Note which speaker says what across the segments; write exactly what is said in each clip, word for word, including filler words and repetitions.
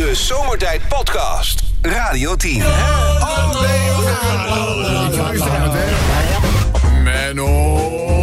Speaker 1: De Zomertijd Podcast. Radio tien.
Speaker 2: Oh, nee. Ik luister aan het, hè. Menno.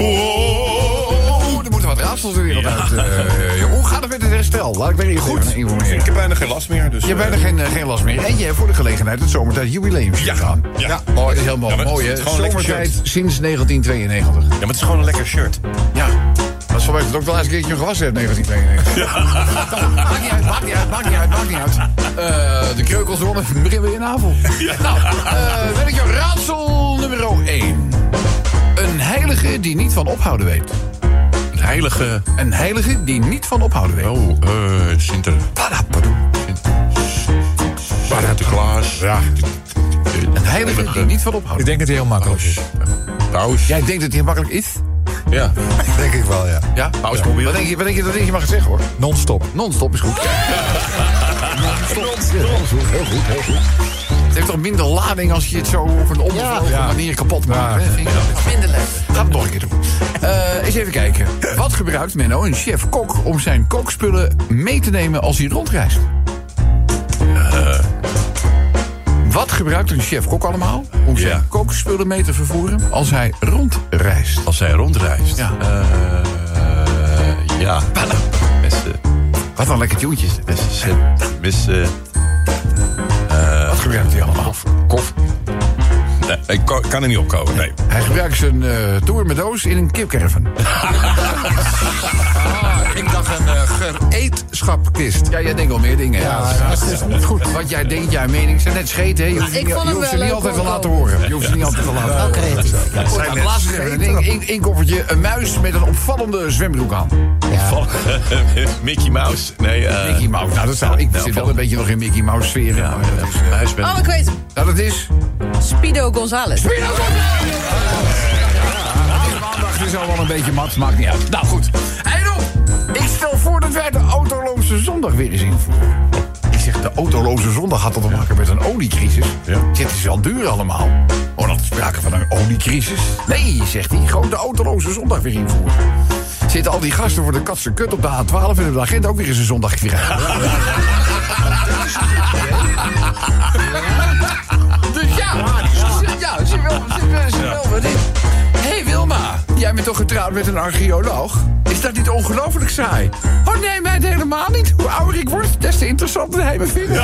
Speaker 2: Er moeten wat raadsels de wereld uit. Uh, hoe gaat het met het herstel? Laat ik weer even goed informeren.
Speaker 3: Ik heb bijna geen last meer. Dus,
Speaker 2: je hebt bijna geen, uh, geen last meer. En je hebt voor de gelegenheid het Zomertijd Jubileum
Speaker 3: ja,
Speaker 2: gedaan.
Speaker 3: Ja, ja.
Speaker 2: Oh, dat is helemaal ja, mooi, hè? Zomertijd sinds negentien tweeënnegentig.
Speaker 3: Ja, maar het is gewoon een lekker shirt.
Speaker 2: Ja. Dat is vanwege het ook de laatste keertje gewassen hebt, negentien tweeënnegentig. Ja. Maakt niet uit, maakt niet uit, maakt niet uit, maakt niet uit. Uh, de kreukels ronnen, beginnen we in avond. Ja. Nou, uh, weet ik jou, raadsel nummer één. Een heilige die niet van ophouden weet.
Speaker 3: Een heilige...
Speaker 2: Een heilige die niet van ophouden weet.
Speaker 3: Oh, eh, uh, Sinter... Sinterklaas.
Speaker 2: Ja. Een heilige die niet van ophouden.
Speaker 4: Ik denk dat hij heel makkelijk is.
Speaker 3: Paus.
Speaker 2: Jij denkt dat hij makkelijk is?
Speaker 3: Ja.
Speaker 4: Denk ik wel, ja.
Speaker 2: Ja?
Speaker 3: Paus
Speaker 2: Ja.
Speaker 3: mobiel.
Speaker 2: Wat denk je, wat denk je dat je mag het zeggen, hoor?
Speaker 4: Non-stop.
Speaker 2: Non-stop is goed. Non-stop. Heel goed, heel goed, heel goed. Het heeft toch minder lading als je het zo op een onbevlogen
Speaker 4: Ja.
Speaker 2: manier kapot maakt.
Speaker 4: Ja.
Speaker 2: Hè? Vind ik dat minder leuk. Ga het nog een keer doen. Uh, eens even kijken. Wat gebruikt Menno, een chef-kok, om zijn kookspullen mee te nemen als hij rondreist? Uh. Wat gebruikt een chef-kok allemaal om zijn
Speaker 3: Ja.
Speaker 2: kookspullen mee te vervoeren als hij rondreist?
Speaker 3: Als hij rondreist.
Speaker 2: Ja.
Speaker 3: Uh, ja. Messen.
Speaker 2: Wat een lekker tjoentje.
Speaker 3: Messen. Messen. Uh,
Speaker 2: Wat gebruikt hij allemaal?
Speaker 3: Kof. Nee, ik kan, kan er niet opkomen, nee.
Speaker 2: Hij gebruikt zijn uh, tour met doos in een kipcaravan.
Speaker 4: Ik dacht een uh, gereedschapkist.
Speaker 2: Ja, jij denkt wel meer dingen. Ja,
Speaker 4: Ja,
Speaker 2: dat is niet goed. Wat jij denkt, jouw mening, zijn net scheten. Hè? Je hoeft,
Speaker 5: ik
Speaker 2: niet,
Speaker 5: vond
Speaker 2: je
Speaker 5: hem
Speaker 2: hoeft ze
Speaker 5: wel
Speaker 2: niet
Speaker 5: leuk,
Speaker 2: altijd te
Speaker 5: hoor.
Speaker 2: laten horen. Je hoeft ze niet altijd te laten horen.
Speaker 5: Wel creatief.
Speaker 2: Ja, goed, nou, de laatste één, één koffertje. Een muis met een opvallende zwembroek aan.
Speaker 3: Van, Mickey Mouse. Nee, uh,
Speaker 2: Mickey Mouse. Nou, dat zou, ik zit wel een beetje nog in Mickey Mouse sfeer.
Speaker 3: Ja,
Speaker 2: maar dat is, uh,
Speaker 3: Huis met...
Speaker 5: Oh, ik weet hem.
Speaker 2: nou, dat is...
Speaker 5: Spido González.
Speaker 2: Spido González! Maandag is al wel een beetje mat, maakt niet uit. Nou goed. En op! Ik stel voor dat wij de autoloze zondag weer eens invoeren. Ik zeg, de autoloze zondag had dat te maken met een oliecrisis.
Speaker 3: Ja.
Speaker 2: Zit is al duur allemaal. Oh, dat is sprake van een oliecrisis. Nee, zegt hij, gewoon de autoloze zondag weer invoeren. Zitten al die gasten voor de katse kut op de A twaalf... en de agent ook weer eens een zondag vrij. Dus ja, ja, ze wil, ze wil, ze wil wat in. Hé hey Wilma, jij bent toch getrouwd met een archeoloog? Is dat niet ongelooflijk saai? Oh nee, mij helemaal niet. Hoe ouder ik word, des te interessanter hij me vindt.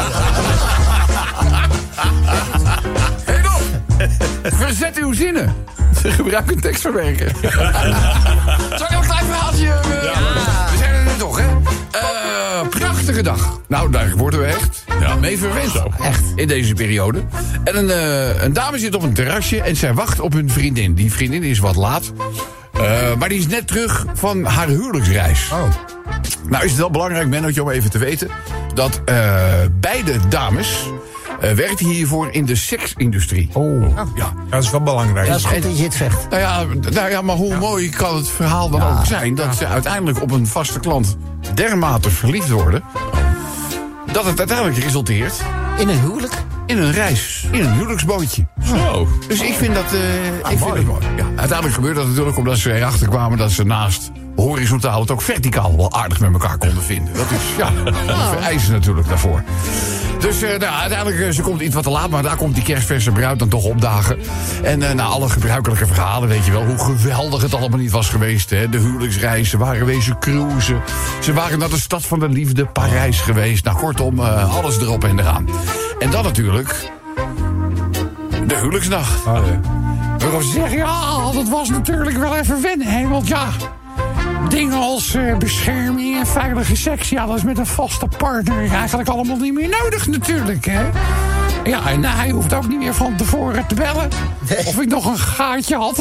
Speaker 2: Hé Rob, verzet uw zinnen. Gebruik een tekstverwerker. Zal ik een klein verhaaltje? Uh, ja. We zijn er nu toch, hè? Uh, prachtige dag. Nou, daar worden we echt ja. mee verwend. Zo. Echt. In deze periode. En een, uh, een dame zit op een terrasje en zij wacht op hun vriendin. Die vriendin is wat laat. Uh, maar die is net terug van haar huwelijksreis.
Speaker 4: Oh.
Speaker 2: Nou is het wel belangrijk, Mennootje, om even te weten... dat uh, beide dames... Uh, werkt hiervoor in de seksindustrie.
Speaker 4: Oh.
Speaker 2: Ja.
Speaker 4: Dat is wel belangrijk.
Speaker 5: Dat is goed dat je het zegt.
Speaker 2: Nou ja, nou ja, maar hoe ja. mooi kan het verhaal dan ja. ook zijn... dat ja. ze uiteindelijk op een vaste klant dermate verliefd worden... dat het uiteindelijk resulteert...
Speaker 5: In een huwelijk?
Speaker 2: In een reis, in een huwelijksbootje.
Speaker 3: Zo.
Speaker 2: Dus ik vind dat, uh,
Speaker 4: ah,
Speaker 2: ik vind
Speaker 4: mooi.
Speaker 2: het mooi. Ja, uiteindelijk gebeurt dat natuurlijk omdat ze erachter kwamen... dat ze naast horizontaal het ook verticaal wel aardig met elkaar konden vinden. Dat is, ja, dat vereisen natuurlijk daarvoor. Dus uh, nou, uiteindelijk, uh, ze komt iets wat te laat... maar daar komt die kerstverse bruid dan toch opdagen. En uh, na alle gebruikelijke verhalen, weet je wel... hoe geweldig het allemaal niet was geweest. Hè? De huwelijksreis, ze waren wezen cruisen. Ze waren naar de stad van de liefde, Parijs geweest. Nou, kortom, uh, alles erop en eraan. En dan natuurlijk... de huwelijksnacht.
Speaker 4: Oh, ja.
Speaker 2: Waarop ze zeggen, ja, dat was natuurlijk wel even wennen, hè? Want ja... dingen als uh, bescherming en veilige seks... ja, dat is met een vaste partner eigenlijk allemaal niet meer nodig natuurlijk, hè? Ja, en uh, hij hoeft ook niet meer van tevoren te bellen... of ik nog een gaatje had.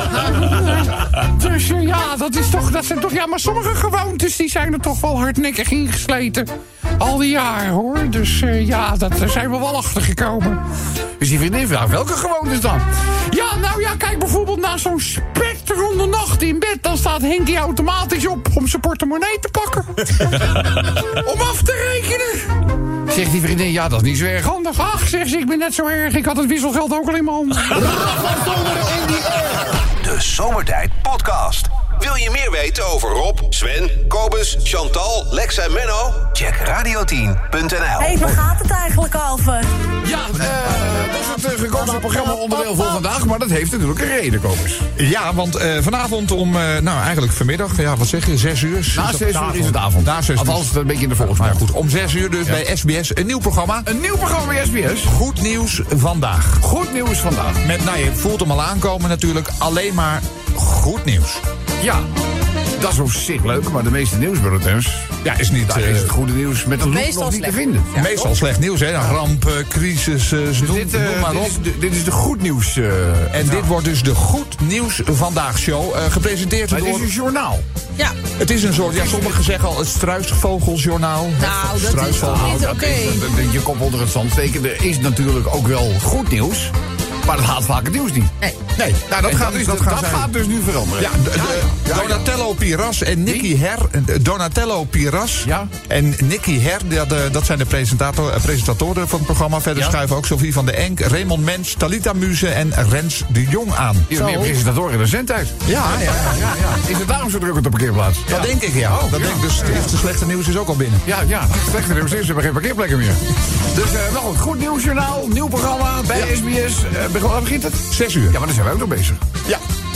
Speaker 2: Dus uh, ja, dat is toch, dat zijn toch... ja, maar sommige gewoontes die zijn er toch wel hardnekkig ingesleten. Al die jaren, hoor. Dus uh, ja, dat, daar zijn we wel achter gekomen. Dus die vriendin vraagt, welke gewoontes dan? Ja, nou ja, kijk bijvoorbeeld naar zo'n spectronde nacht in bed... dan staat Henkie automatisch op om zijn portemonnee te pakken. Om af te rekenen. Zegt die vriendin, ja, dat is niet zo erg handig. Ach, zegt ze, ik ben net zo erg. Ik had het wisselgeld ook al in mijn handen.
Speaker 1: De Zomertijd Podcast. Wil Wil je meer weten over Rob, Sven, Kobus, Chantal, Lex en Menno? Check radio tien punt n l.
Speaker 6: Hé, hey, waar gaat het eigenlijk over?
Speaker 2: Ja, uh, dat is het uh, gekozen programma onderdeel voor vandaag. Maar dat heeft natuurlijk een reden, Kobus.
Speaker 3: Ja, want uh, vanavond om, uh, nou eigenlijk vanmiddag, ja, wat zeg je, zes uur?
Speaker 2: Na zes uur is het avond.
Speaker 3: Na zes uur.
Speaker 2: Althans, een beetje in de volksmond.
Speaker 3: Maar goed, om zes uur dus ja. bij S B S een nieuw programma.
Speaker 2: Een nieuw programma bij S B S.
Speaker 3: Goed nieuws vandaag.
Speaker 2: Goed nieuws vandaag.
Speaker 3: Met, nou je voelt hem al aankomen natuurlijk, alleen maar goed nieuws.
Speaker 2: Ja, dat is op zich leuk, maar de meeste nieuwsbulletins...
Speaker 3: Ja, is niet...
Speaker 2: Daar
Speaker 3: uh,
Speaker 2: is het goede nieuws met een loop nog niet te vinden.
Speaker 3: Ja, meestal toch? Slecht nieuws, hè? Ramp, uh, crisis, uh,
Speaker 2: dus
Speaker 3: noem,
Speaker 2: dit, uh,
Speaker 3: noem maar
Speaker 2: dit
Speaker 3: op.
Speaker 2: Is de, dit is de goed nieuws. Uh,
Speaker 3: en dit wordt dus de Goed Nieuws Vandaag show, uh, gepresenteerd
Speaker 2: maar
Speaker 3: door...
Speaker 2: het is een journaal.
Speaker 5: Ja.
Speaker 3: Het is een soort, ja, sommigen zeggen al het struisvogeljournaal.
Speaker 5: Nou, dat is toch niet oké. Okay.
Speaker 2: Je kop onder het zand steken. Er is natuurlijk ook wel goed nieuws. Maar dat haalt vaak het nieuws niet.
Speaker 5: Nee.
Speaker 3: Nee, nou, dat, gaat,
Speaker 2: dat, is,
Speaker 3: dat,
Speaker 2: dat,
Speaker 3: gaat,
Speaker 2: dat gaat dus nu veranderen.
Speaker 3: Ja, de, de, ja, Donatello Piras en Nicky Her. Donatello Piras
Speaker 2: ja?
Speaker 3: en Nicky Her, dat, dat zijn de presentator, presentatoren van het programma. Verder ja? schuiven ook Sophie van de Enk, Raymond Mens, Talita Muze en Rens de Jong aan.
Speaker 2: Je hebt meer presentatoren dan zendtijd.
Speaker 3: Ja, ja, ja, ja, ja.
Speaker 2: Is het daarom zo druk op de parkeerplaats?
Speaker 3: Dat ja. denk ik, ja. Oh, dat ja. denk ik. Dus het eerste slechte nieuws is ook al binnen.
Speaker 2: Ja, ja. Het slechte nieuws is, we hebben geen parkeerplekken meer. Dus uh, wel goed, goed nieuwsjournaal, nieuw programma bij ja. S B S. Uh, Waar begint het?
Speaker 3: Zes uur.
Speaker 2: Ja, maar daar zijn wij ook nog bezig.
Speaker 3: Ja.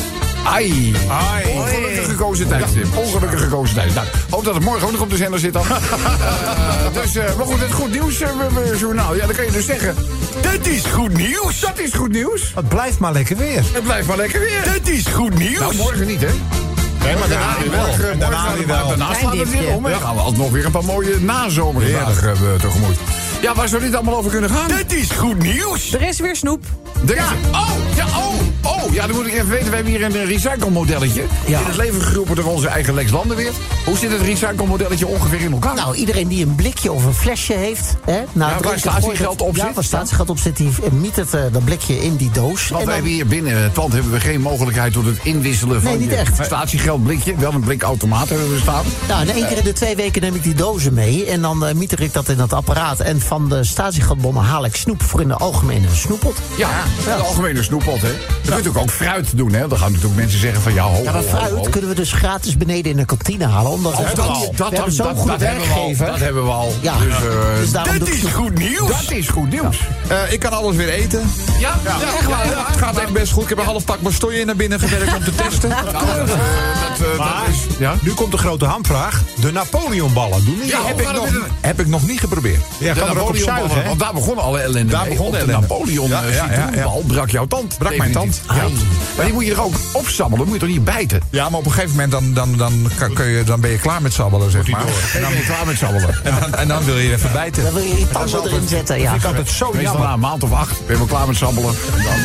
Speaker 2: Ai. Ai. Ongelukkig gekozen tijdstip. Ongelukkig gekozen tijdstip. Nou, hoop dat het morgen ook nog op de zender zit dan. uh, dus, uh, maar goed, het goed nieuws uh, journaal. Ja, dan kan je dus zeggen... Dat is goed nieuws. Dat is goed nieuws.
Speaker 4: Het blijft maar lekker weer.
Speaker 2: Het blijft maar lekker weer.
Speaker 1: Dat is goed nieuws.
Speaker 2: Nou, morgen niet, hè?
Speaker 3: Nee, maar daarna weer wel.
Speaker 2: Morgen,
Speaker 3: daarna
Speaker 2: morgen,
Speaker 3: weer wel.
Speaker 2: Daarna slaat het weer om. Dan gaan we alsnog weer een paar mooie nazomerdagen uh, tegemoet. Ja, waar zou dit allemaal over kunnen gaan?
Speaker 1: Dat is goed nieuws.
Speaker 5: Er is weer snoep.
Speaker 2: Er is... Oh, ja, oh, oh. Ja, dan moet ik even weten. We hebben hier een recyclemodelletje. Ja. In het leven geroepen door onze eigen Lex Landenweert. Hoe zit het recyclemodelletje ongeveer in elkaar?
Speaker 5: Nou, iedereen die een blikje of een flesje heeft... Hè, nou,
Speaker 2: ja, waar statiegeld op zit?
Speaker 5: Ja, waar statiegeld op zit, die mietert uh, dat blikje in die doos.
Speaker 2: Want
Speaker 5: en
Speaker 2: wij
Speaker 5: dan...
Speaker 2: hebben hier binnen het pand hebben we geen mogelijkheid tot het inwisselen van
Speaker 5: nee, niet
Speaker 2: je
Speaker 5: echt.
Speaker 2: statiegeldblikje. Wel een blikautomaat hebben we staan.
Speaker 5: Nou, en één keer in de twee weken neem ik die dozen mee. En dan uh, mieter ik dat in dat apparaat. En van de statiegeldbonnen haal ik snoep voor in de algemene snoeppot.
Speaker 2: Ja, ja. de algemene snoeppot, hè. Dat kun je ook fruit doen, hè. Dan gaan natuurlijk mensen zeggen van ja, ho,
Speaker 5: ja, dat
Speaker 2: ho,
Speaker 5: fruit
Speaker 2: ho, ho.
Speaker 5: kunnen we dus gratis beneden in de kantine halen. Omdat
Speaker 2: oh,
Speaker 5: we,
Speaker 2: dat,
Speaker 5: zo,
Speaker 2: dat,
Speaker 5: we hebben zo'n
Speaker 2: dat,
Speaker 5: goede
Speaker 2: dat
Speaker 5: werkgever.
Speaker 2: Dat hebben we al.
Speaker 5: Ja,
Speaker 2: dus, uh,
Speaker 5: dus daarom
Speaker 1: dat is goed nieuws.
Speaker 2: Dat is goed nieuws.
Speaker 3: Ja. Uh, ik kan alles weer eten.
Speaker 2: Ja, ja, ja,
Speaker 3: echt waar. Ja, het gaat echt best goed. Ik heb een half pak Bastogne naar binnen gewerkt om te testen.
Speaker 2: Nou, dat, uh, dat, uh,
Speaker 4: maar,
Speaker 2: dat is, ja?
Speaker 4: Nu komt de grote hamvraag. De Napoleonballen. Doen die
Speaker 3: ja,
Speaker 4: al?
Speaker 3: heb, ik nog, heb ik nog niet geprobeerd.
Speaker 4: Ja,
Speaker 2: de Napoleonballen, want daar begonnen alle ellende
Speaker 3: daar
Speaker 2: mee.
Speaker 3: begon de,
Speaker 2: de Napoleon
Speaker 3: ja, ja, ja, ja.
Speaker 2: brak jouw tand.
Speaker 3: Brak mijn tand.
Speaker 2: Ja. Maar die moet je er ook opsabbelen, moet je toch niet bijten?
Speaker 3: Ja, maar op een gegeven moment dan, dan, dan, kan, kun je, dan ben je klaar met sabbelen, zeg maar.
Speaker 2: En dan ben je klaar met sabbelen.
Speaker 3: En dan, en dan wil je even bijten.
Speaker 5: Dan wil je je tanden erin zetten, ja.
Speaker 4: Ik had het zo
Speaker 2: Meestal
Speaker 4: jammer.
Speaker 2: na een maand of acht ben je klaar met sabbelen. En dan,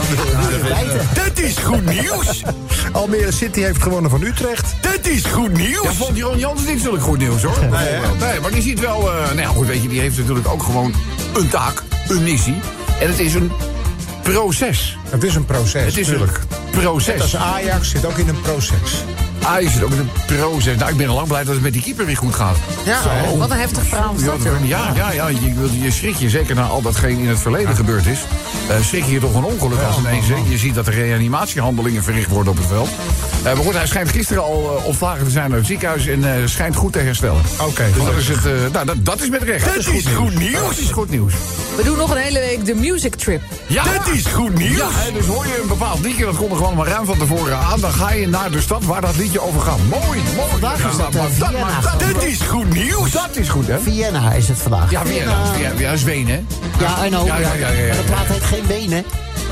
Speaker 2: uh,
Speaker 5: bijten.
Speaker 1: Dat is goed nieuws.
Speaker 4: Almere City heeft gewonnen van Utrecht.
Speaker 1: Dat is goed nieuws.
Speaker 2: ja, vond Jeroen Jansen niet zulk goed nieuws, hoor. Nee, nee, maar die ziet wel... Uh, nou ja, goed, weet je, die heeft natuurlijk ook gewoon een taak, een missie. En het is een proces.
Speaker 4: Het is een proces.
Speaker 2: Het is
Speaker 4: natuurlijk.
Speaker 2: een proces.
Speaker 4: Net als Ajax zit ook in een proces.
Speaker 2: Ajax zit ook in een proces. Nou, ik ben al lang blij dat het met die keeper weer goed gaat.
Speaker 5: Ja,
Speaker 2: Zo.
Speaker 5: wat een heftig verhaal is dat, joh.
Speaker 2: Ja, ja, ja je, je schrik je, zeker na al datgene in het verleden ja. gebeurd is. Uh, schrik je toch een ongeluk ja, als ineens. Man, man. Je ziet dat er reanimatiehandelingen verricht worden op het veld. Uh, maar goed, hij schijnt gisteren al uh, ontslagen te zijn uit het ziekenhuis en uh, schijnt goed te herstellen.
Speaker 4: Oké, okay,
Speaker 2: dus dat is, het, uh, nou, dat, dat is met recht.
Speaker 1: Dat, dat is goed, goed nieuws.
Speaker 2: Dat is goed nieuws.
Speaker 5: We doen nog een hele week de music trip.
Speaker 1: Ja, dat is goed nieuws.
Speaker 2: Ja, dus hoor je een bepaald liedje, dat komt er gewoon maar ruim van tevoren aan. Dan ga je naar de stad waar dat liedje over gaat. Mooi, mooi.
Speaker 5: Vandaag is dat, uh,
Speaker 2: dat,
Speaker 5: Vienna.
Speaker 2: dat,
Speaker 1: dat, dat is goed nieuws.
Speaker 2: Dat is goed, hè?
Speaker 5: Vienna is het vandaag.
Speaker 2: Ja, Vienna. Vienna. Ja, Zween, hè?
Speaker 5: Ja, I know.
Speaker 2: Ja, ja, ja, ja, ja.
Speaker 5: Maar de plaat heet geen benen.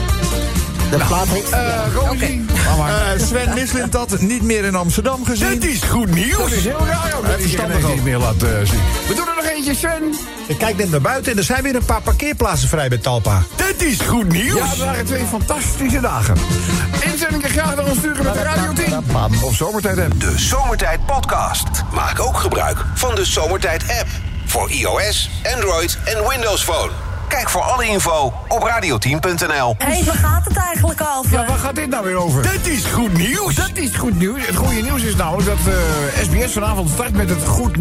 Speaker 5: De
Speaker 2: nou,
Speaker 5: plaat heet...
Speaker 2: Uh, Rosie. Okay.
Speaker 3: Uh, Sven Mislint had niet meer in Amsterdam gezien.
Speaker 1: Dat is goed nieuws.
Speaker 2: Dat is heel raar ook. Dat is verstandig ook niet meer laten uh, zien. We doen er nog eentje, Sven.
Speaker 4: Ik kijk net naar buiten en er zijn weer een paar parkeerplaatsen vrij bij Talpa.
Speaker 1: Dat is goed nieuws.
Speaker 2: Ja, het waren twee fantastische dagen. Inzendingen graag naar ons sturen met de Radio tien. Of Zomertijd app.
Speaker 1: De Zomertijd podcast. Maak ook gebruik van de Zomertijd app. Voor iOS, Android en Windows Phone. Kijk voor alle info op radio tien punt n l.
Speaker 6: Hé, hey, waar gaat het eigenlijk over?
Speaker 2: Ja, waar gaat dit nou weer over?
Speaker 1: Dat is goed nieuws.
Speaker 2: Dat is goed nieuws. Het goede nieuws is namelijk dat uh, S B S vanavond start met het Goed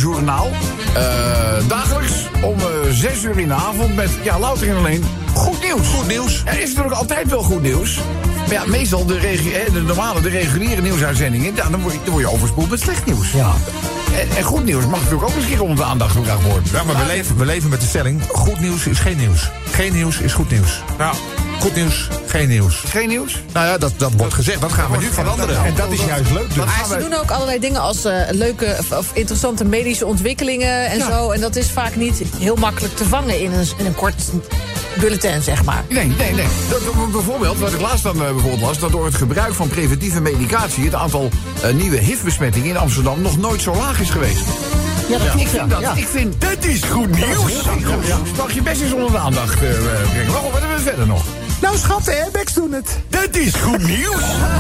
Speaker 2: Nieuwsjournaal. Uh, dagelijks om uh, zes uur in de avond met, ja, louter en alleen goed nieuws. nieuws.
Speaker 3: Goed nieuws.
Speaker 2: Er is natuurlijk altijd wel goed nieuws. Maar ja, meestal de, regu- de normale, de reguliere nieuwsuitzendingen... Ja, dan, word je, dan word je overspoeld met slecht nieuws.
Speaker 5: Ja.
Speaker 2: En, en goed nieuws mag natuurlijk ook eens een keer onder de aandacht gebracht worden.
Speaker 3: Ja, maar we leven, we leven met de stelling, goed nieuws is geen nieuws. Geen nieuws is goed nieuws. Nou, goed nieuws, geen nieuws.
Speaker 2: Geen nieuws?
Speaker 3: Nou ja, dat, dat wordt gezegd. Dat gaan we nu veranderen.
Speaker 4: En dat is juist leuk. Dus.
Speaker 7: Maar ze doen ook allerlei dingen als uh, leuke of, of interessante medische ontwikkelingen en
Speaker 2: Ja.
Speaker 7: zo. En dat is vaak niet heel makkelijk te vangen in een, in een kort bulletin, zeg maar.
Speaker 2: Nee, nee, nee. Dat, dat, bijvoorbeeld, wat ik laatst dan uh, bijvoorbeeld las... dat door het gebruik van preventieve medicatie... het aantal uh, nieuwe H I V-besmettingen in Amsterdam... nog nooit zo laag is geweest.
Speaker 5: Ja, dat klopt,
Speaker 2: Ik vind, dat,
Speaker 5: ja.
Speaker 2: ik vind, dat is goed nieuws. Ja. Mag je best eens onder de aandacht uh, brengen. Waarom? Wat hebben we verder nog?
Speaker 4: Nou schat, de airbags doen het.
Speaker 2: Dat is goed nieuws.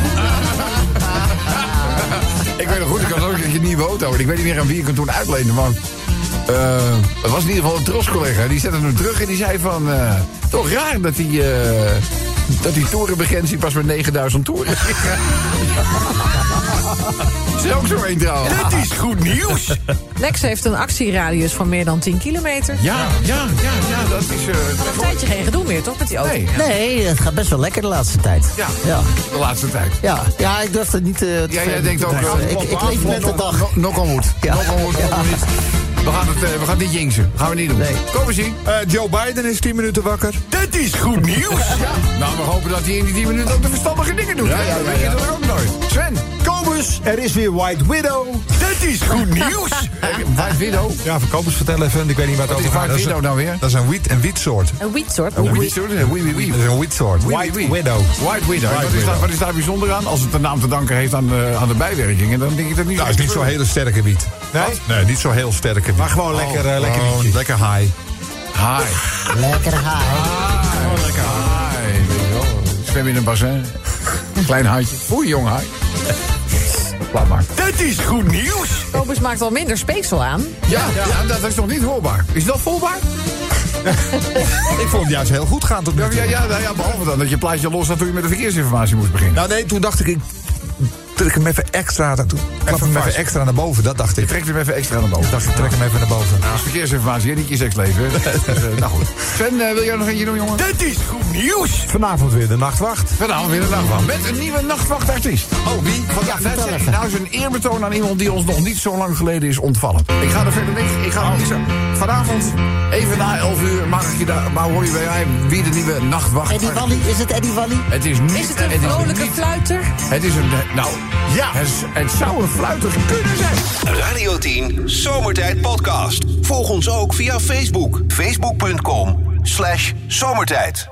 Speaker 2: Ik weet nog goed, ik had ook een keer een nieuwe auto. En ik weet niet meer aan wie ik hem toen uitleende. Maar uh, het was in ieder geval een troscollega. Die zette hem terug en die zei van... Uh, toch raar dat die, uh, dat die toerenbegrenzing pas met negenduizend toeren. Is er ook zo één trouwens. Dat is goed nieuws.
Speaker 7: Lex heeft een actieradius van meer dan tien kilometer.
Speaker 2: Ja, ja, ja, ja, dat is... Uh,
Speaker 7: Al een tijdje geen gedoe meer, toch, met die auto?
Speaker 2: nee,
Speaker 5: Nee, het gaat best wel lekker de laatste tijd.
Speaker 2: ja,
Speaker 5: Ja,
Speaker 2: de laatste tijd.
Speaker 5: ja. ja ik durf het niet uh, te
Speaker 2: Ja, jij
Speaker 5: ver-
Speaker 2: denkt ook,
Speaker 5: te-
Speaker 2: uh,
Speaker 5: ik, ik leef met de dag.
Speaker 2: Nog on wood.
Speaker 5: Ja.
Speaker 2: Nog on wood, nog on niet. We gaan het, uh, we gaan het niet jinxen. Dat gaan we niet doen.
Speaker 5: Nee.
Speaker 2: Kom eens zien.
Speaker 3: Uh, Joe Biden is tien minuten wakker.
Speaker 2: Dat is goed nieuws. Ja. Nou, we hopen dat hij in die tien minuten ook de verstandige dingen doet. Ja, ja, ja, ja. Dat weet je ook nooit. Sven.
Speaker 4: Kobus, er is weer White Widow.
Speaker 2: Dat is goed nieuws. White Widow.
Speaker 3: Ja, van Kobus, vertel even. Ik weet niet wat het
Speaker 2: Wat is
Speaker 3: over gaat.
Speaker 2: White
Speaker 3: Dat is
Speaker 2: Widow
Speaker 3: een-
Speaker 2: nou weer?
Speaker 3: Dat is een wiet, een wietsoort.
Speaker 7: Een wietsoort.
Speaker 2: Een wietsoort. Wie, wie, wie.
Speaker 3: Dat is een wietsoort.
Speaker 2: White
Speaker 3: Widow.
Speaker 2: White Widow.
Speaker 3: White
Speaker 2: Wat, is daar,
Speaker 3: Widow.
Speaker 2: wat is daar bijzonder aan? Als het de naam te danken heeft aan de, aan de bijwerkingen, dan denk ik dat niet.
Speaker 3: Nou, het is niet zo'n hele sterke wiet.
Speaker 4: Nee?
Speaker 3: Nee, niet zo heel sterke wiet.
Speaker 4: Maar gewoon lekker, uh, lekker
Speaker 3: Gewoon
Speaker 4: wietje.
Speaker 3: lekker high.
Speaker 2: Hi.
Speaker 5: Lekker haai.
Speaker 2: Oh, lekker haai. Weet je wel. Zwem in een bassin. Klein haatje. Oei, jong haai. Laat maar. Dat is goed nieuws.
Speaker 7: Kobus maakt al minder speeksel aan.
Speaker 2: Ja, ja. dat is nog niet hoorbaar. Is dat voelbaar?
Speaker 3: Ik vond het juist heel goed gaan tot nu
Speaker 2: Ja,
Speaker 3: toe.
Speaker 2: ja, ja, nou ja, behalve dan dat je plaatje los had toen je met de verkeersinformatie moest beginnen.
Speaker 3: Nou nee, toen dacht ik, ik trek hem even extra, toen klap hem
Speaker 2: vast.
Speaker 3: even extra naar boven, dat dacht
Speaker 2: Je
Speaker 3: ik.
Speaker 2: trekt hem even extra naar boven.
Speaker 3: Ik dacht, ik trek hem even naar boven.
Speaker 2: Dat is verkeersinformatie, hè? Niet je seksleven. hè? Dus, uh, nou goed. Sven, uh, wil jij nog eentje doen, jongen? Dat is goed nieuws.
Speaker 4: Vanavond weer de nachtwacht.
Speaker 2: Vanavond weer de nachtwacht. Met een nieuwe nachtwachtartiest. Oh, wie? Ja, dat
Speaker 5: vertel
Speaker 2: is,
Speaker 5: even.
Speaker 2: nou is een eerbetoon aan iemand die ons nog niet zo lang geleden is ontvallen. Ik ga er verder niet. Ik ga nog niet zo. Vanavond, even na elf uur, mag ik je daar, maar hoor je bij mij wie de nieuwe nachtwacht.
Speaker 5: Eddie Wally, is het Eddie Wally?
Speaker 2: Het is niet.
Speaker 7: Is het een
Speaker 2: is
Speaker 7: vrolijke
Speaker 2: niet-
Speaker 7: fluiter?
Speaker 2: Het is een. Nou, ja, het, het zou een fluiter kunnen zijn.
Speaker 1: Radio tien Zomertijd Podcast. Volg ons ook via Facebook. Facebook.com slash zomertijd.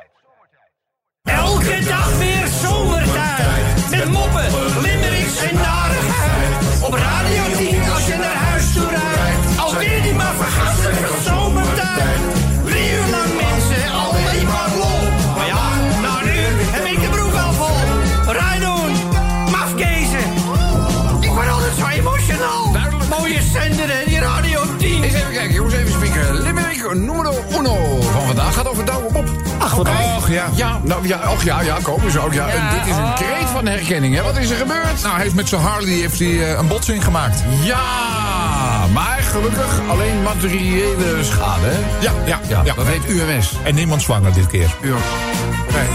Speaker 8: Elke dag weer zomertijd. Met moppen, limmerings en narigheid. Op Radio tien als je naar huis toe rijdt. Alweer die maar vergastige zomertijd. Drie uur lang mensen, alleen maar lol. Maar ja, nou nu heb ik de broek al vol. Rijdoen, mafkezen. Ik word altijd zo emotional. Mooie zender hè, die Radio tien.
Speaker 2: Eens even kijken, jongens, even spieken. Limerick numero uno van vandaag gaat over Douwe Bob.
Speaker 5: Ach, wat
Speaker 3: Och ja.
Speaker 2: Ja, nou ja, och ja, ja, komen ze ook. Ja. En dit is een kreet van herkenning, hè? Wat is er gebeurd?
Speaker 3: Nou, hij heeft met zijn Harley heeft hij, uh, een botsing gemaakt.
Speaker 2: Ja, maar gelukkig alleen materiële schade, hè?
Speaker 3: Ja, ja,
Speaker 2: Ja,
Speaker 3: ja.
Speaker 2: dat heet U M S.
Speaker 3: En niemand zwanger dit keer.
Speaker 2: U-
Speaker 3: Nee.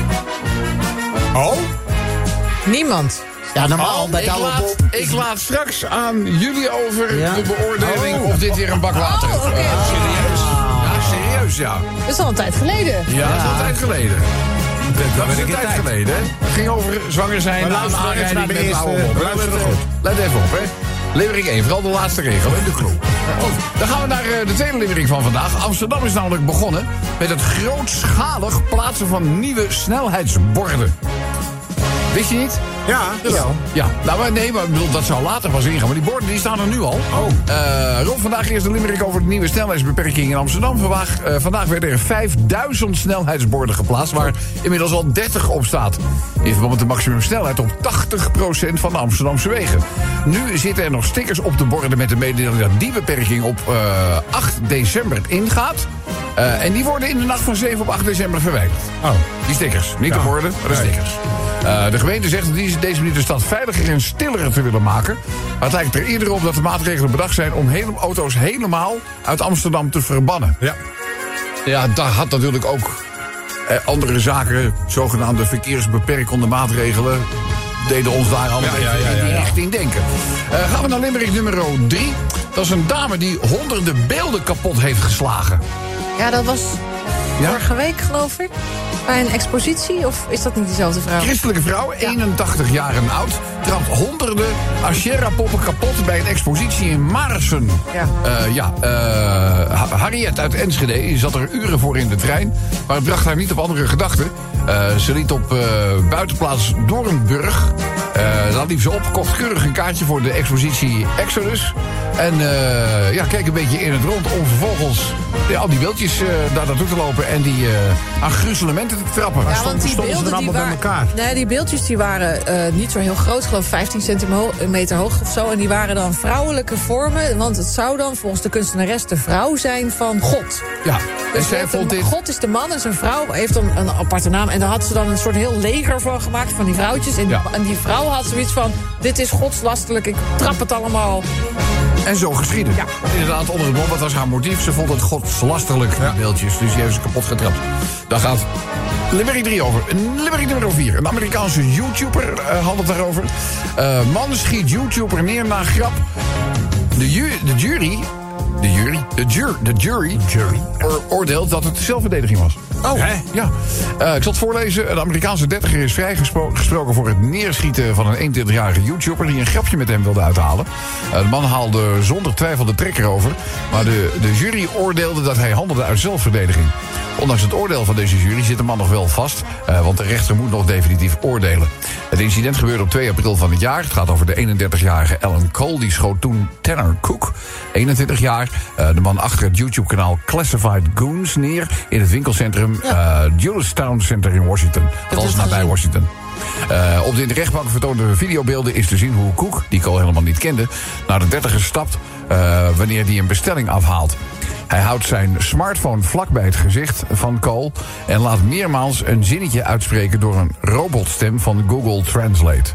Speaker 3: Oh?
Speaker 7: Niemand.
Speaker 5: Ja, normaal bij
Speaker 2: ik,
Speaker 5: Douwe
Speaker 2: laat,
Speaker 5: Bob.
Speaker 2: ik laat straks aan jullie over
Speaker 5: Ja?
Speaker 2: de beoordeling
Speaker 3: Oh.
Speaker 2: of dit weer een bak water is.
Speaker 7: Oh, oké.
Speaker 2: Eh, serieus? Ja, serieus, ja.
Speaker 7: Dat is al een tijd geleden.
Speaker 2: Ja, dat is al een tijd geleden. Dat is een tijd geleden, hè? Het ging over zwanger zijn
Speaker 4: Maar
Speaker 2: na
Speaker 4: luister
Speaker 2: een
Speaker 4: even
Speaker 2: aanrijding
Speaker 4: naar de
Speaker 2: met
Speaker 4: eerste-
Speaker 2: Douwe Bob.
Speaker 4: luister
Speaker 2: Let,
Speaker 4: goed.
Speaker 2: let even op, hè. Levering één, vooral de laatste regel en de clue. Dan gaan we naar eh, de tweede levering van vandaag. Amsterdam is namelijk begonnen met het grootschalig plaatsen van nieuwe snelheidsborden. Wist je niet?
Speaker 4: Ja,
Speaker 2: Jawel. Ja, nou maar nee, maar ik bedoel, dat zou later pas ingaan. Maar die borden die staan er nu al. Oh. Uh, Rob, vandaag eerst een limerick over de nieuwe snelheidsbeperking in Amsterdam. Vandaag, uh, vandaag werden er vijfduizend snelheidsborden geplaatst, waar inmiddels al dertig op staat. In verband met de maximumsnelheid op tachtig procent van de Amsterdamse wegen. Nu zitten er nog stickers op de borden met de mededeling dat die beperking op uh, acht december ingaat. Uh, en die worden in de nacht van zeven op acht december verwijderd.
Speaker 3: Oh.
Speaker 2: Die stickers. Niet de borden, maar de
Speaker 3: Nee.
Speaker 2: stickers. Uh, de gemeente zegt dat die, deze manier de stad veiliger en stiller te willen maken. Maar het lijkt er eerder op dat de maatregelen bedacht zijn om hele auto's helemaal uit Amsterdam te verbannen.
Speaker 3: Ja.
Speaker 2: Ja, daar had natuurlijk ook Eh, andere zaken, zogenaamde verkeersbeperkende maatregelen, deden ons daar allemaal
Speaker 4: Ja, ja, ja, ja,
Speaker 2: in die
Speaker 4: ja.
Speaker 2: richting denken. Uh, gaan we naar limerick nummer drie. Dat is een dame die honderden beelden kapot heeft geslagen.
Speaker 7: Ja, dat was
Speaker 2: Ja?
Speaker 7: vorige week, geloof ik. Bij een expositie, of is dat niet dezelfde vrouw?
Speaker 2: Christelijke vrouw, eenentachtig jaar oud, trapt honderden Asherah-poppen kapot bij een expositie in Maarsen.
Speaker 7: Ja.
Speaker 2: Uh, ja, uh, Harriet uit Enschede zat er uren voor in de trein, maar het bracht haar niet op andere gedachten. Uh, ze liet op uh, buitenplaats Doornburg. Uh, daar liep ze op, kocht keurig een kaartje voor de expositie Exodus. En uh, ja, keek een beetje in het rond om vervolgens ja, al die beeldjes uh, daar naartoe te lopen en die uh, aan gruzelementen te trappen.
Speaker 7: Ja, want die
Speaker 4: stonden ze
Speaker 7: beelden
Speaker 4: dan
Speaker 7: die
Speaker 4: allemaal bij
Speaker 7: waren,
Speaker 4: elkaar?
Speaker 7: Nee, die beeldjes die waren uh, niet zo heel groot, geloof ik vijftien centimeter hoog of zo. En die waren dan vrouwelijke vormen, want het zou dan volgens de kunstenares de vrouw zijn van God.
Speaker 2: Ja, en
Speaker 7: Dus
Speaker 2: zij
Speaker 7: heeft
Speaker 2: vond
Speaker 7: een-
Speaker 2: dit...
Speaker 7: God is de man en zijn vrouw heeft dan een aparte naam. En daar had ze dan een soort heel leger van gemaakt, van die vrouwtjes. En,
Speaker 2: Ja.
Speaker 7: die, en die vrouw had zoiets van, dit is godslastelijk, ik trap het allemaal.
Speaker 2: En zo geschieden.
Speaker 7: Ja.
Speaker 2: Inderdaad, onder het mom, wat was haar motief? Ze vond het godslastelijk, die beeldjes. Dus die heeft ze kapot getrapt. Daar gaat limerick drie over. Limerick nummer vier. Een Amerikaanse YouTuber uh, had het daarover. Uh, man schiet YouTuber neer na grap. De, ju de jury... De jury? De, jur de jury, jury. Oor oordeelt dat het zelfverdediging was.
Speaker 4: Oh, hè?
Speaker 2: Ja. Uh, ik zal het voorlezen. Een Amerikaanse dertiger is vrijgesproken voor het neerschieten van een eenentwintigjarige YouTuber die een grapje met hem wilde uithalen. Uh, de man haalde zonder twijfel de trekker over. Maar de, de jury oordeelde dat hij handelde uit zelfverdediging. Ondanks het oordeel van deze jury zit de man nog wel vast, uh, want de rechter moet nog definitief oordelen. Het incident gebeurde op twee april van het jaar. Het gaat over de eenendertigjarige Alan Cole. Die schoot toen Tanner Cook, eenentwintig jaar, uh, de man achter het YouTube-kanaal Classified Goons, neer in het winkelcentrum uh, Dulles Town Center in Washington. Althans nabij Washington. Uh, op de in de rechtbank vertoonde videobeelden is te zien hoe Cook, die Cole helemaal niet kende, naar de dertiger stapt uh, wanneer hij een bestelling afhaalt. Hij houdt zijn smartphone vlak bij het gezicht van Cole en laat meermaals een zinnetje uitspreken door een robotstem van Google Translate.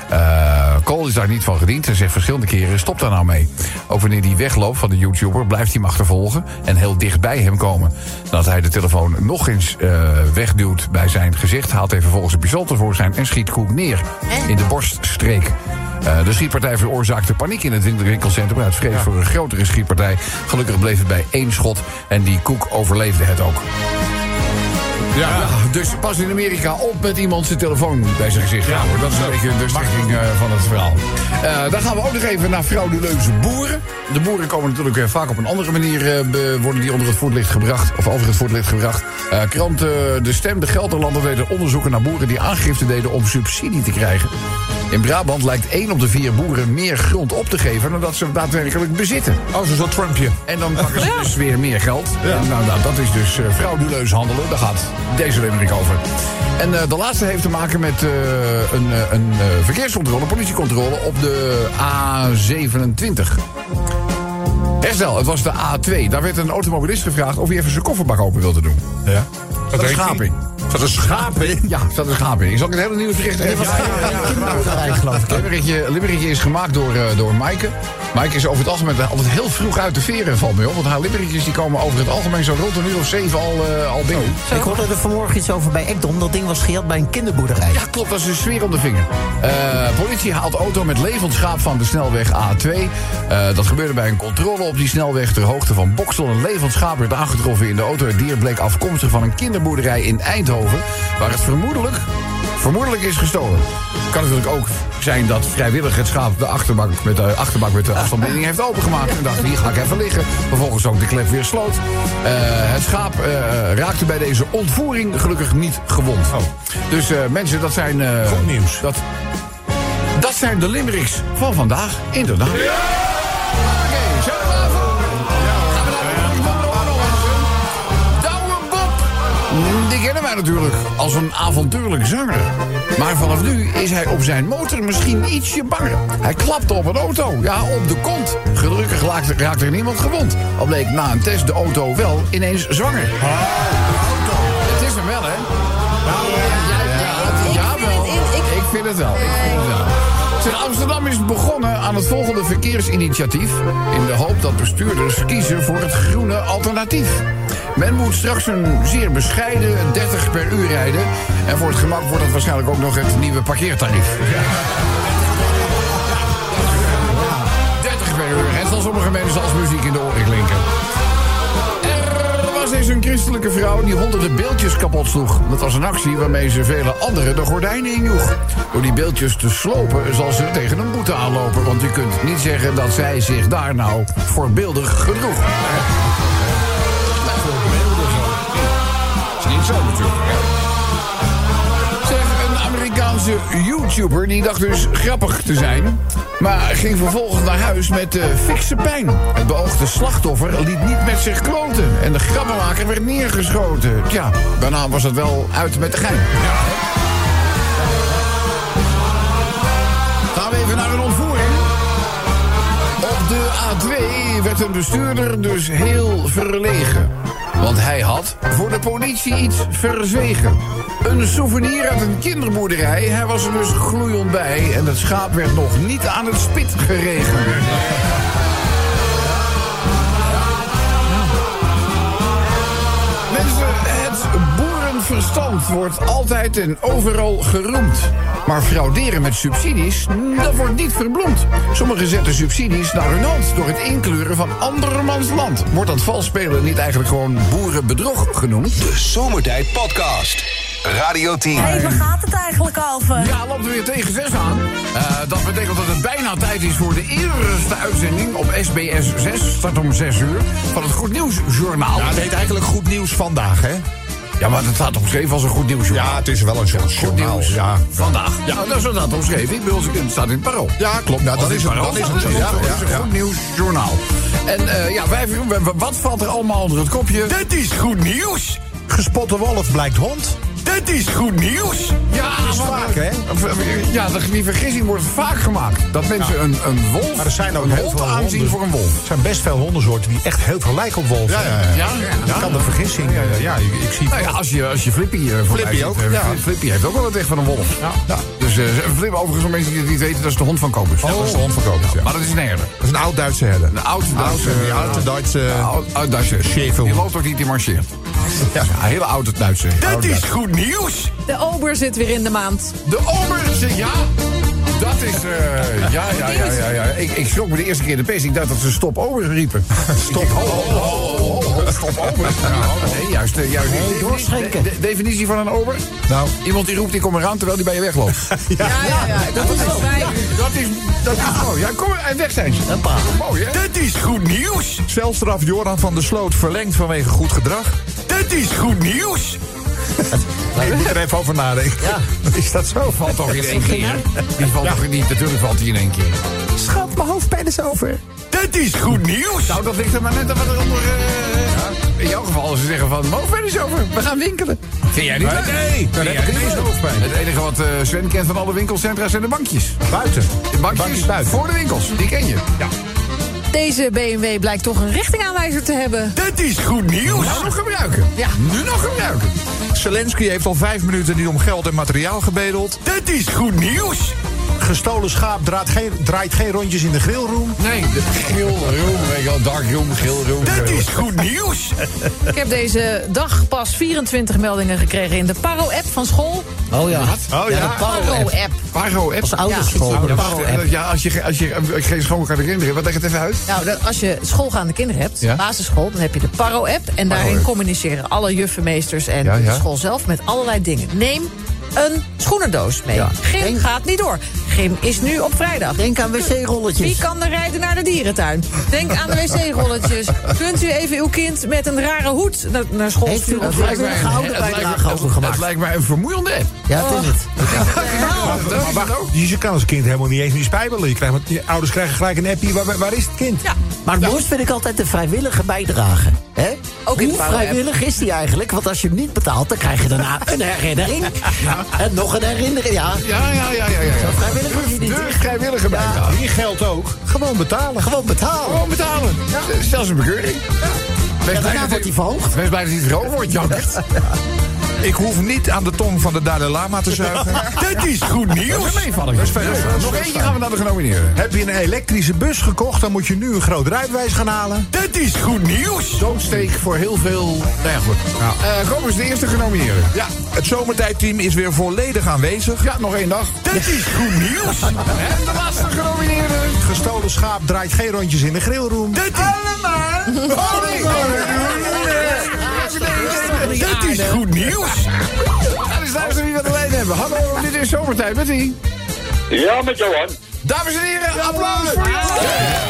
Speaker 2: Uh, Cole is daar niet van gediend en zegt verschillende keren, stop daar nou mee. Ook wanneer hij wegloopt van de YouTuber, blijft hij hem achtervolgen en heel dicht bij hem komen. Nadat hij de telefoon nog eens uh, wegduwt bij zijn gezicht, haalt hij vervolgens een pistool tevoorschijn en schiet Cook neer in de borststreek. Uh, de schietpartij veroorzaakte paniek in het winkelcentrum uit vrees voor een grotere schietpartij. Gelukkig bleef het bij één schot en die Cook overleefde het ook. Ja, ja, dus pas in Amerika op met iemand zijn telefoon bij zijn gezicht houden. Dat is een beetje de strekking uh, van het verhaal. Uh, dan gaan we ook nog even naar frauduleuze boeren. De boeren komen natuurlijk uh, vaak op een andere manier, uh, be, worden die onder het voetlicht gebracht, of over het voetlicht gebracht. Uh, krant uh, De Stem, de Gelderlander, deden onderzoeken naar boeren die aangifte deden om subsidie te krijgen. In Brabant lijkt één op de vier boeren meer grond op te geven dan dat ze daadwerkelijk bezitten.
Speaker 3: Oh, zo'n Trumpje.
Speaker 2: En dan pakken ze dus weer meer geld.
Speaker 3: Ja.
Speaker 2: En nou, nou, dat is dus uh, frauduleus handelen. Daar gaat deze limerick over. En uh, de laatste heeft te maken met uh, een, uh, een uh, verkeerscontrole, politiecontrole op de A zevenentwintig. Herstel, het was de A twee. Daar werd een automobilist gevraagd of hij even zijn kofferbak open wilde doen.
Speaker 3: Ja.
Speaker 2: Dat is een schaap in.
Speaker 3: Zat een schaap in?
Speaker 2: Ja, er zat een schaap in. Ik zal het hele nieuwe bericht even...
Speaker 5: Kinderboerderij, geloof ik.
Speaker 2: Limerickje, Limerickje is gemaakt door, uh, door Maaike. Maaike is over het algemeen altijd heel vroeg uit de veren, valt mij op. Want haar limerickjes die komen over het algemeen zo rond een uur of zeven al, uh, al binnen.
Speaker 5: Ik hoorde er vanmorgen iets over bij Ekdom. Dat ding was gejat bij een kinderboerderij.
Speaker 2: Ja, klopt, dat is een sfeer om de vinger. Uh, politie haalt auto met levend schaap van de snelweg A twee. Uh, dat gebeurde bij een controle op die snelweg ter hoogte van Boksel. Een levend schaap werd aangetroffen in de auto. Het dier bleek afkomstig van een kinderboerderij in Eindhoven, waar het vermoedelijk, vermoedelijk is gestolen. Het kan natuurlijk ook zijn dat vrijwillig het schaap de achterbak met de, achterbak met de afstandsbediening heeft opengemaakt. En dacht, hier ga ik even liggen. Vervolgens ook de klep weer sloot. Uh, het schaap uh, raakte bij deze ontvoering gelukkig niet gewond. Oh. Dus uh, mensen, dat zijn... Uh,
Speaker 3: Goed nieuws.
Speaker 2: Dat, dat zijn de limericks van vandaag, inderdaad. Ja! Oké, zijn we klaar voor? Gaan we naar de Douwe Bob. Die kennen wij natuurlijk als een avontuurlijk zanger. Maar vanaf nu is hij op zijn motor misschien ietsje banger. Hij klapte op een auto, ja, op de kont. Gelukkig raakte, raakte er niemand gewond. Al bleek na een test de auto wel ineens zwanger. Ah, het is hem wel, hè? Ja, wel. Ik vind het wel. Ik vind het wel. In Amsterdam is begonnen aan het volgende verkeersinitiatief, in de hoop dat bestuurders kiezen voor het groene alternatief. Men moet straks een zeer bescheiden dertig per uur rijden. En voor het gemak wordt dat waarschijnlijk ook nog het nieuwe parkeertarief. dertig per uur. En zal sommige mensen als muziek in de oren klinken. Er was eens een christelijke vrouw die honderden beeldjes kapot sloeg. Dat was een actie waarmee ze vele anderen de gordijnen injoeg. Door die beeldjes te slopen zal ze tegen een boete aanlopen. Want u kunt niet zeggen dat zij zich daar nou voorbeeldig gedroeg. Dat is niet zo natuurlijk. Zeg, een Amerikaanse YouTuber die dacht dus grappig te zijn, maar ging vervolgens naar huis met uh, fikse pijn. Het beoogde slachtoffer liet niet met zich kloten en de grappenmaker werd neergeschoten. Tja, daarna was het wel uit met de gein. Ja. Gaan we even naar een ontvoering. Op de A twee werd een bestuurder dus heel verlegen. Want hij had voor de politie iets verzwegen. Een souvenir uit een kinderboerderij. Hij was er dus gloeiend bij. En het schaap werd nog niet aan het spit geregen. Mensen, het boerenverstand wordt altijd en overal geroemd. Maar frauderen met subsidies, dat wordt niet verbloemd. Sommigen zetten subsidies naar hun hand door het inkleuren van andermans land. Wordt dat valsspelen niet eigenlijk gewoon boerenbedrog genoemd?
Speaker 1: De Zomertijd Podcast. Radio tien.
Speaker 6: Hé, hey, waar gaat het eigenlijk over?
Speaker 2: Ja, loopt er weer tegen zes aan. Uh, dat betekent dat het bijna tijd is voor de eerste uitzending op S B S zes. Start om zes uur. Van het Goed Nieuws Journaal.
Speaker 3: Ja, het heet eigenlijk Goed Nieuws vandaag, hè?
Speaker 2: Ja, maar het staat omschreven als een goed nieuwsjournaal.
Speaker 3: Ja, het is wel een journaal.
Speaker 2: Goed nieuws.
Speaker 3: Ja,
Speaker 2: vandaag. Ja, dat is inderdaad omschreven. Ik bedoel, het staat in het Parool.
Speaker 3: Ja, klopt. Nou, dat is het.
Speaker 2: Dat is het. Ja, het is een goed nieuwsjournaal. En uh, ja, wij, wat valt er allemaal onder het kopje?
Speaker 8: Dit is goed nieuws.
Speaker 4: Gespotte wolf blijkt hond.
Speaker 8: Dit is goed nieuws.
Speaker 2: Ja,
Speaker 4: dat is vaak, hè?
Speaker 2: Ja, die vergissing wordt vaak gemaakt. Dat mensen een, een wolf,
Speaker 4: maar er zijn ook
Speaker 2: een
Speaker 4: heel
Speaker 2: hond
Speaker 4: veel
Speaker 2: aanzien
Speaker 4: honden.
Speaker 2: voor een wolf.
Speaker 4: Er zijn best veel hondensoorten die echt heel veel lijken op wolven.
Speaker 3: Ja, ja, ja.
Speaker 2: Ja,
Speaker 4: Dat
Speaker 2: ja.
Speaker 4: kan de vergissing. Ja, ja, ja, ik, ik zie
Speaker 2: Nou ja, als je, als je Flippy uh, voorbij
Speaker 3: Flippy
Speaker 2: ziet,
Speaker 3: ook,
Speaker 2: uh,
Speaker 3: ja.
Speaker 2: Flippy heeft ook wel het weg van een wolf. Ja. Ja. Dus uh, Flippy, overigens, voor mensen die het niet weten, dat is de hond van Kobus.
Speaker 3: Oh, dat is de hond van Kobus, ja.
Speaker 2: Maar dat is een herder.
Speaker 3: Dat is een oud Duitse herder.
Speaker 2: Een oud Duitse
Speaker 3: Oude, die oude Duitse...
Speaker 2: Ja, oud, oud Duitse
Speaker 3: Schäferhond.
Speaker 2: Die loopt ook niet, die marcheert. Ja, een hele oude Duitse.
Speaker 8: Dit is goed nieuws.
Speaker 7: De ober zit weer in de maand.
Speaker 2: De ober, ja. Dat is, uh, ja, ja, ja, ja, ja. Ik, ik schrok me de eerste keer de pest. Ik dacht dat ze stop ober riepen. Stop ober. Stop ober. Nee, juist. Uh, juist
Speaker 5: Nee, doorschenken.
Speaker 2: De, de definitie van een ober?
Speaker 3: Nou,
Speaker 2: Iemand die roept, die komt eraan terwijl die bij je wegloopt.
Speaker 7: Ja, ja, ja. Dat is wel bij.
Speaker 2: Dat is, dat is mooi. Ja, kom en weg zijn ze.
Speaker 5: Hoppa.
Speaker 2: Mooi, hè?
Speaker 8: Dit is goed nieuws.
Speaker 3: celstraf Joran van der Sloot verlengd vanwege goed gedrag.
Speaker 8: Dit is goed nieuws.
Speaker 3: Ik moet er even over nadenken.
Speaker 5: Ja.
Speaker 4: Is dat zo?
Speaker 2: Valt toch in één keer? Die valt toch niet, natuurlijk valt hij in één keer.
Speaker 4: Schat, mijn hoofdpijn is over.
Speaker 8: Dit is goed nieuws.
Speaker 2: Nou, dat ligt er maar net aan wat er onder... Uh, in jouw geval, als ze zeggen van, hoofdpijn is over, we gaan winkelen. Vind jij niet leuk?
Speaker 3: Nee, dan heb ik ineens hoofdpijn.
Speaker 2: Het enige wat uh, Sven kent van alle winkelcentra zijn de bankjes.
Speaker 4: Buiten.
Speaker 2: De bankjes,
Speaker 4: Bankjes buiten.
Speaker 2: voor de winkels, die ken je. Ja.
Speaker 7: Deze B M W blijkt toch een richtingaanwijzer te hebben.
Speaker 8: Dit is goed nieuws.
Speaker 2: Nou nog gebruiken.
Speaker 7: Ja.
Speaker 2: Nu nog gebruiken.
Speaker 3: Zelensky heeft al vijf minuten niet om geld en materiaal gebedeld.
Speaker 8: Dit is goed nieuws.
Speaker 4: Gestolen schaap draait geen, draait geen rondjes in de grillroom.
Speaker 2: Nee, de geel room, weet je wel, dark room, geel room.
Speaker 8: Dit is goed nieuws.
Speaker 7: Ik heb deze dag pas vierentwintig meldingen gekregen in de Paro-app van school.
Speaker 5: Oh ja.
Speaker 4: Oh ja.
Speaker 5: de Paro-app.
Speaker 7: Paro-app.
Speaker 2: Paro-app.
Speaker 5: Als ouderschool.
Speaker 7: Ja,
Speaker 5: de
Speaker 7: ja.
Speaker 5: Paro-app.
Speaker 2: Ja, als je, als je ik geen schoonmaker kinderen, wat leg het even uit?
Speaker 7: Nou, dat, als je schoolgaande kinderen hebt,
Speaker 2: Ja.
Speaker 7: basisschool, dan heb je de Paro-app. En daarin
Speaker 2: Paro-app.
Speaker 7: communiceren alle juffenmeesters en
Speaker 2: Ja, ja.
Speaker 7: de school zelf met allerlei dingen. Neem een schoenendoos mee.
Speaker 5: Ja.
Speaker 7: Gym
Speaker 5: Denk-
Speaker 7: gaat niet door. Gym is nu op vrijdag.
Speaker 5: Denk aan
Speaker 7: Wie
Speaker 5: wc-rolletjes.
Speaker 7: kan er rijden naar de dierentuin? Denk aan de wc-rolletjes. Kunt u even uw kind met een rare hoed naar, naar school
Speaker 5: Heeft u
Speaker 7: sturen?
Speaker 5: een
Speaker 2: Het lijkt mij
Speaker 5: vrijwillige
Speaker 2: een- het lijkt
Speaker 5: ouderbijdrage
Speaker 2: mij-
Speaker 5: overgemaakt?
Speaker 2: Het lijkt mij een vermoeiende app.
Speaker 5: Ja, het is het.
Speaker 2: Dat is het ook.
Speaker 4: Dus je kan als kind helemaal niet eens meer spijbelen. Je krijgt, je ouders krijgen gelijk een appie. Waar, waar is het kind?
Speaker 7: Ja.
Speaker 5: Maar het mooist vind ik altijd de vrijwillige bijdrage. Hè?
Speaker 7: Ook in
Speaker 5: Hoe
Speaker 7: de Paro-app.
Speaker 5: vrijwillig is die eigenlijk? Want als je hem niet betaalt, dan krijg je daarna een herinnering. En nog een herinnering, ja.
Speaker 2: Ja, ja, ja, ja, ja. ja.
Speaker 5: Vrijwillig is die niet.
Speaker 2: De vrijwillige bijdrage.
Speaker 4: Hier geldt ook. Gewoon betalen.
Speaker 5: Gewoon betalen.
Speaker 2: Gewoon betalen. Zelfs een bekeuring. Wees
Speaker 5: En
Speaker 2: blij
Speaker 5: daarna
Speaker 2: dat
Speaker 5: wordt hij verhoogd.
Speaker 2: Wees blij dat hij verhoogd wordt, Jankert.
Speaker 3: Ik hoef niet aan de tong van de Dalai Lama te zuigen.
Speaker 4: Dit is goed nieuws.
Speaker 2: Dat is meevallig.
Speaker 3: Dat is verder.
Speaker 2: Nog eentje gaan we naar de genomineerden.
Speaker 4: Heb je een elektrische bus gekocht, dan moet je nu een groot rijbewijs gaan halen. Dit is goed nieuws.
Speaker 2: Doodsteek voor heel veel... Nou ja, goed. Ja. Uh, kom eens, de eerste genomineerden.
Speaker 3: Ja, het zomertijdteam is weer volledig aanwezig.
Speaker 2: Ja, nog één dag.
Speaker 4: Dit is goed nieuws.
Speaker 2: En de laatste genomineerde.
Speaker 4: Het gestolen schaap draait geen rondjes in de grillroom. Dit is... Allemaal.
Speaker 2: Oh, nee.
Speaker 4: Dit is goed nieuws.
Speaker 2: Dat is luisteren wie we alleen hebben. Hallo, dit is Zomertijd met wie?
Speaker 9: Ja, met Johan.
Speaker 2: Dames en heren, applaus voor Johan.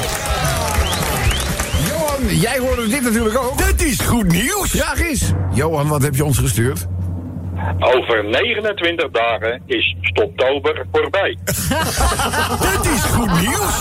Speaker 2: Johan, jij hoorde dit natuurlijk ook.
Speaker 4: Dit is goed nieuws.
Speaker 2: Ja, Gies. Johan, wat heb je ons gestuurd?
Speaker 9: Over negenentwintig dagen is Stoptober voorbij.
Speaker 4: Dit is goed nieuws.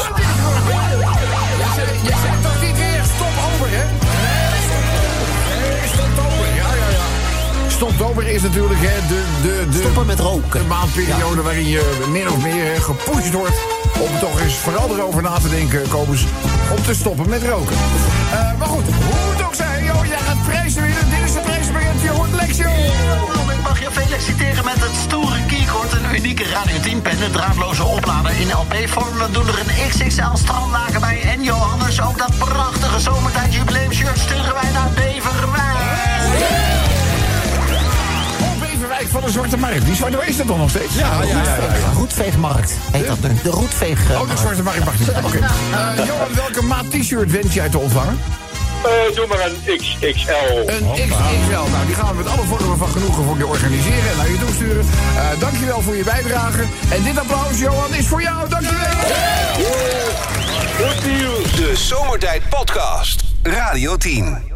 Speaker 2: Je zegt toch niet weer stop over, hè? Nee, Stoptober, ja, ja, ja. Stoptober is natuurlijk hè, de, de, de...
Speaker 5: Stoppen met roken.
Speaker 2: De maandperiode ja. waarin je min of meer hè, gepusht wordt... om toch eens vooral erover na te denken, Kobus, om te stoppen met roken. Uh, maar goed, hoe het ook zij, joh, jij gaat prijzen winnen. Dit is de prijsbegint, je hoort Lexio.
Speaker 10: Ik mag je feliciteren met het stoere keycord, een unieke Radio tien pen, een draadloze oplader in L P-vorm. We doen er een X X L strandlaken bij. En Johannes, ook dat prachtige zomertijd jubileumshirt sturen wij naar Beverwijk.
Speaker 2: Beverwijk van de Zwarte Markt. Die Zwarte Markt is dat dan nog steeds?
Speaker 5: Ja, ja, ja. ja, ja. Roetveegmarkt heet dat nu. De Roetveeg. Uh,
Speaker 2: oh, de Zwarte Markt mag niet. Oké. Okay. Uh, Johan, welke maat t-shirt wens jij te ontvangen?
Speaker 9: Uh, doe maar een X X L.
Speaker 2: Een X X L. Nou, die gaan we met alle vormen van genoegen voor je organiseren en naar je toesturen. Uh, dankjewel voor je bijdrage. En dit applaus, Johan, is voor jou. Dankjewel.
Speaker 1: Goed nieuws. De Zomertijd Podcast. Radio tien.